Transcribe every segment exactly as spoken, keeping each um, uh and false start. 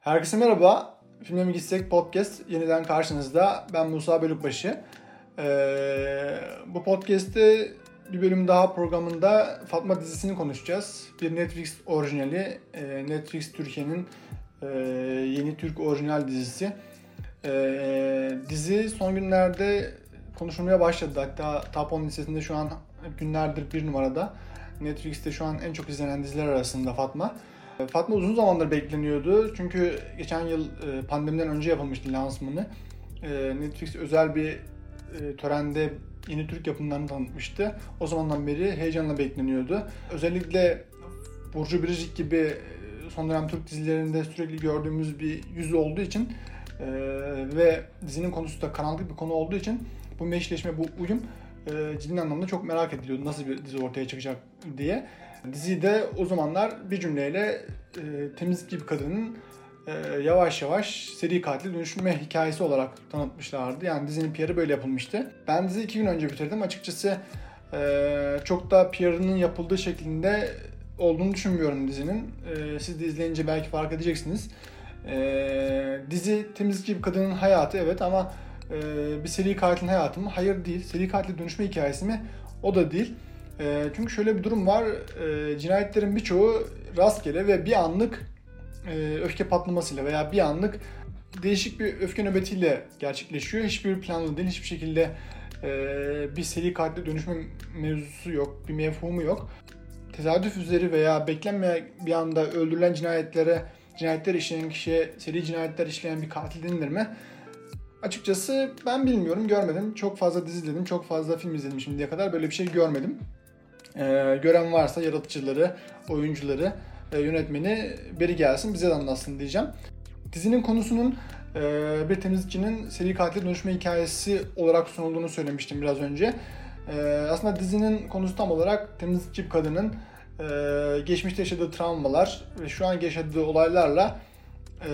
Herkese merhaba. Filme mi gitsek podcast yeniden karşınızda. Ben Musa Bölükbaşı. Ee, bu podcast'te bir bölüm daha programında Fatma dizisini konuşacağız. Bir Netflix orijinali. Ee, Netflix Türkiye'nin e, yeni Türk orijinal dizisi. Ee, dizi son günlerde konuşulmaya başladı. Hatta Top on listesinde şu an günlerdir bir numarada. Netflix'te şu an en çok izlenen diziler arasında Fatma. Fatma uzun zamandır bekleniyordu. Çünkü geçen yıl pandemiden önce yapılmıştı lansmanı. Netflix özel bir törende yeni Türk yapımlarını tanıtmıştı. O zamandan beri heyecanla bekleniyordu. Özellikle Burcu Biricik gibi son dönem Türk dizilerinde sürekli gördüğümüz bir yüz olduğu için ve dizinin konusu da karanlık bir konu olduğu için bu meşleşme, bu uyum ciddi anlamda çok merak ediliyordu. Nasıl bir dizi ortaya çıkacak diye. Diziyi de o zamanlar bir cümleyle e, temizlikçi bir kadının e, yavaş yavaş seri katile dönüşme hikayesi olarak tanıtmışlardı. Yani dizinin P R'ı böyle yapılmıştı. Ben diziyi iki gün önce bitirdim. Açıkçası e, çok da P R'ının yapıldığı şeklinde olduğunu düşünmüyorum dizinin. E, siz de izleyince belki fark edeceksiniz. E, dizi temizlikçi bir kadının hayatı evet ama e, bir seri katilin hayatı mı? Hayır değil. Seri katile dönüşme hikayesi mi? O da değil. E, çünkü şöyle bir durum var, e, cinayetlerin birçoğu rastgele ve bir anlık e, öfke patlamasıyla veya bir anlık değişik bir öfke nöbetiyle gerçekleşiyor. Hiçbir planlı değil, hiçbir şekilde e, bir seri katile dönüşme mevzusu yok, bir mefhumu yok. Tesadüf üzeri veya beklenmeyen bir anda öldürülen cinayetlere, cinayetler işleyen kişiye seri cinayetler işleyen bir katil denilir mi? Açıkçası ben bilmiyorum, görmedim. Çok fazla dizi izledim, çok fazla film izledim şimdiye kadar. Böyle bir şey görmedim. Ee, gören varsa yaratıcıları, oyuncuları, e, yönetmeni beri gelsin bize de anlatsın diyeceğim. Dizinin konusunun e, bir temizlikçinin seri katile dönüşme hikayesi olarak sunulduğunu söylemiştim biraz önce. E, aslında dizinin konusu tam olarak temizlikçi bir kadının e, geçmişte yaşadığı travmalar ve şu an yaşadığı olaylarla e,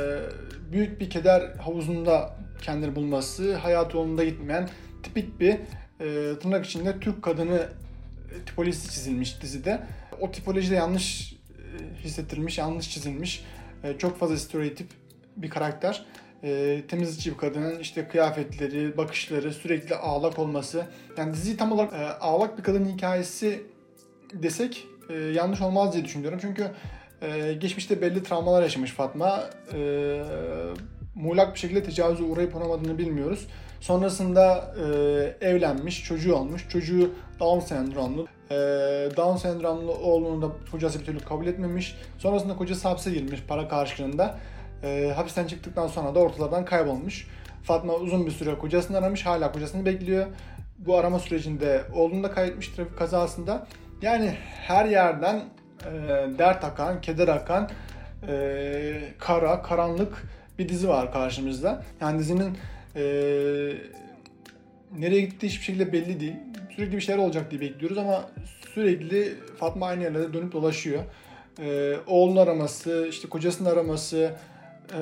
büyük bir keder havuzunda kendini bulması, hayatı yolunda gitmeyen tipik bir e, tırnak içinde Türk kadını tipolojisi çizilmiş dizide. O tipoloji de yanlış hissettirilmiş, yanlış çizilmiş. Çok fazla stereotip bir karakter. Temizlikçi bir kadının işte kıyafetleri, bakışları, sürekli ağlak olması. Yani diziyi tam olarak ağlak bir kadının hikayesi desek yanlış olmaz diye düşünüyorum. Çünkü geçmişte belli travmalar yaşamış Fatma. Muğlak bir şekilde tecavüze uğrayıp uğramadığını bilmiyoruz. Sonrasında e, evlenmiş, çocuğu olmuş. Çocuğu Down sendromlu. E, Down sendromlu oğlunu da kocası bir türlü kabul etmemiş. Sonrasında kocası hapse girmiş para karşılığında. E, hapisten çıktıktan sonra da ortalardan kaybolmuş. Fatma uzun bir süre kocasını aramış, hala kocasını bekliyor. Bu arama sürecinde oğlunu da kaybetmiş trafik kazasında. Yani her yerden e, dert akan, keder akan, e, kara, karanlık bir dizi var karşımızda. Yani dizinin e, nereye gittiği hiçbir şekilde belli değil. Sürekli bir şeyler olacak diye bekliyoruz ama sürekli Fatma aynı yerlerde dönüp dolaşıyor. E, oğlunu araması, işte kocasını araması, e,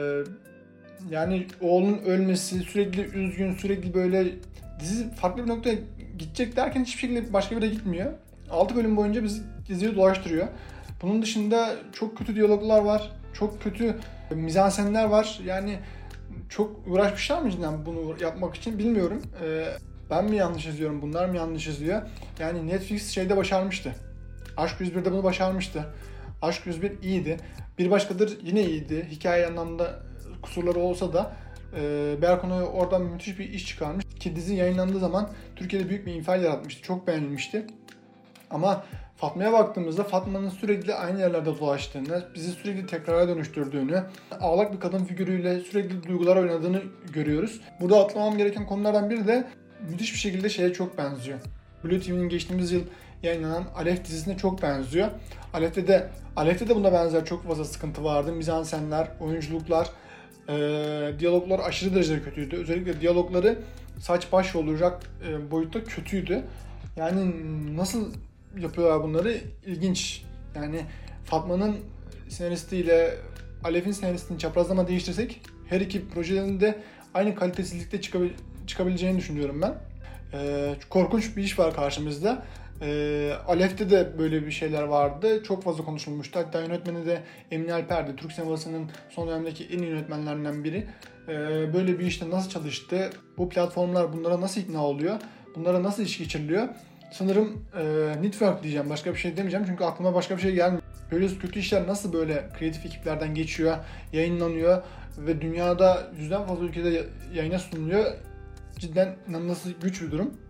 yani oğlunun ölmesi, sürekli üzgün, sürekli böyle dizi farklı bir noktaya gidecek derken hiçbir şekilde başka bir yere gitmiyor. altı bölüm boyunca bizi diziyi dolaştırıyor. Bunun dışında çok kötü diyaloglar var. Çok kötü mizansenler var. Yani çok uğraşmışlar mı cidden bunu yapmak için bilmiyorum. Ee, ben mi yanlış izliyorum, bunlar mı yanlış izliyor? Yani Netflix şeyde başarmıştı. Aşk yüz birde bunu başarmıştı. Aşk yüz bir iyiydi. Bir Başkadır yine iyiydi. Hikaye anlamda kusurları olsa da e, Berkun Oya oradan müthiş bir iş çıkarmış. Ki dizi yayınlandığı zaman Türkiye'de büyük bir infial yaratmıştı. Çok beğenilmişti. Ama Fatma'ya baktığımızda Fatma'nın sürekli aynı yerlerde dolaştığını, bizi sürekli tekrara dönüştürdüğünü, ağlak bir kadın figürüyle sürekli duygular oynadığını görüyoruz. Burada atlamam gereken konulardan biri de müthiş bir şekilde şeye çok benziyor. Blue T V'nin geçtiğimiz yıl yayınlanan Alef dizisine çok benziyor. Alef'te de Alef'te de buna benzer çok fazla sıkıntı vardı. Mizansenler, oyunculuklar, e, diyaloglar aşırı derecede kötüydü. Özellikle diyalogları saç baş olacak e, boyutta kötüydü. Yani nasıl yapıyorlar bunları? İlginç. Yani Fatma'nın senaristiyle Alef'in senaristini çaprazlama değiştirsek her iki projenin de aynı kalitesizlikte çıkabil- çıkabileceğini düşünüyorum ben. Ee, korkunç bir iş var karşımızda. E, Alef'te de böyle bir şeyler vardı. Çok fazla konuşulmuştu. Hatta yönetmeni de Emin Alper'di. Türk sinemasının son dönemdeki en iyi yönetmenlerinden biri. E, böyle bir işte nasıl çalıştı? Bu platformlar bunlara nasıl ikna oluyor? Bunlara nasıl iş geçiriliyor? Sanırım e, network diyeceğim. Başka bir şey demeyeceğim. Çünkü aklıma başka bir şey gelmiyor. Böyle kötü işler nasıl böyle kreatif ekiplerden geçiyor, yayınlanıyor ve dünyada yüzden fazla ülkede yayına sunuluyor. Cidden inanılması güç bir durum.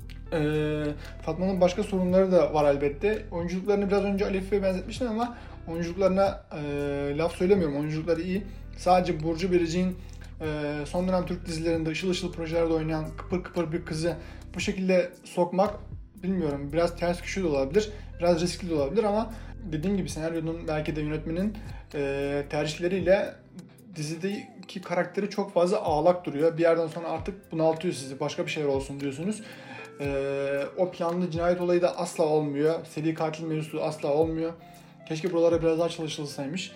Ee, Fatma'nın başka sorunları da var elbette. Oyunculuklarını biraz önce Alef'e benzetmiştim ama oyunculuklarına e, laf söylemiyorum. Oyunculukları iyi. Sadece Burcu Biricik'in e, son dönem Türk dizilerinde ışıl ışıl projelerde oynayan kıpır kıpır bir kızı bu şekilde sokmak bilmiyorum. Biraz ters köşe de olabilir. Biraz riskli de olabilir ama dediğim gibi senaryonun belki de yönetmenin e, tercihleriyle dizideki karakteri çok fazla ağlak duruyor. Bir yerden sonra artık bunaltıyor sizi. Başka bir şeyler olsun diyorsunuz. Ee, o planlı cinayet olayı da asla olmuyor. Seri katil mevzusu asla olmuyor. Keşke buralara biraz daha çalışılsaymış.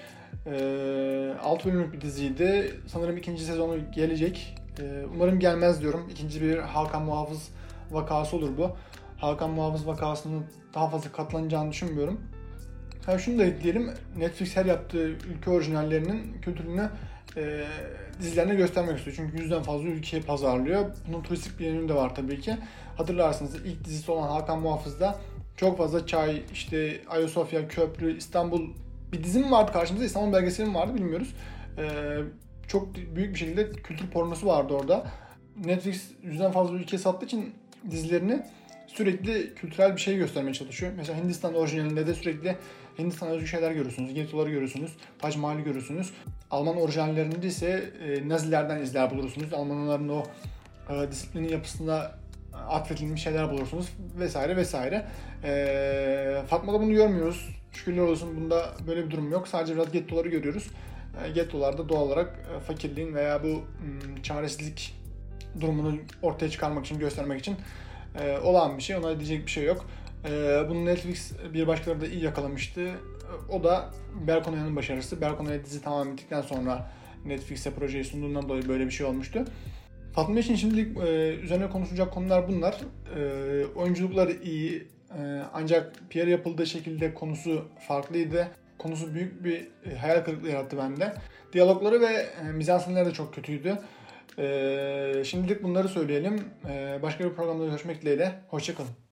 Ee, altı bölümlük bir diziydi. Sanırım ikinci sezonu gelecek. Ee, umarım gelmez diyorum. İkinci bir Hakan Muhafız vakası olur bu. Hakan Muhafız vakasının daha fazla katlanacağını düşünmüyorum. Ha, şunu da ekleyelim. Netflix her yaptığı ülke orijinallerinin kültürünü e, dizilerine göstermek istiyor. Çünkü yüzden fazla ülkeyi pazarlıyor. Bunun turistik bir yönü de var tabii ki. Hatırlarsınız ilk dizisi olan Hakan Muhafız'da çok fazla çay, işte Ayasofya, Köprü, İstanbul bir dizi mi vardı karşımızda? İstanbul belgeseli mi vardı bilmiyoruz. E, çok büyük bir şekilde kültür pornosu vardı orada. Netflix yüzden fazla ülkeye sattığı için dizilerini sürekli kültürel bir şey göstermeye çalışıyor. Mesela Hindistan orijinalinde de sürekli Hindistan özgü şeyler görüyorsunuz. Gettoları görüyorsunuz. Tac Mahal'i görüyorsunuz. Alman orijinallerinde ise e, Nazilerden izler bulursunuz. Almanların o e, disiplinin yapısına atfedilmiş şeyler bulursunuz. Vesaire vesaire. E, Fatma'da bunu görmüyoruz. Şükürler olsun bunda böyle bir durum yok. Sadece biraz gettoları görüyoruz. E, gettolarda doğal olarak e, fakirliğin veya bu m, çaresizlik durumunu ortaya çıkarmak için, göstermek için e, olan bir şey. Ona diyecek bir şey yok. E, bunu Netflix bir başkaları da iyi yakalamıştı. O da Berkonay'ın başarısı. Berkonay dizi tamam bittikten sonra Netflix'e projeyi sunduğundan dolayı böyle bir şey olmuştu. Fatma için şimdilik e, üzerine konuşulacak konular bunlar. E, oyunculukları iyi. E, ancak P R yapıldığı şekilde konusu farklıydı. Konusu büyük bir e, hayal kırıklığı yarattı bende. Diyalogları ve e, mizansenleri de çok kötüydü. E, şimdilik bunları söyleyelim. E, başka bir programda görüşmek dileğiyle. Hoşça kalın.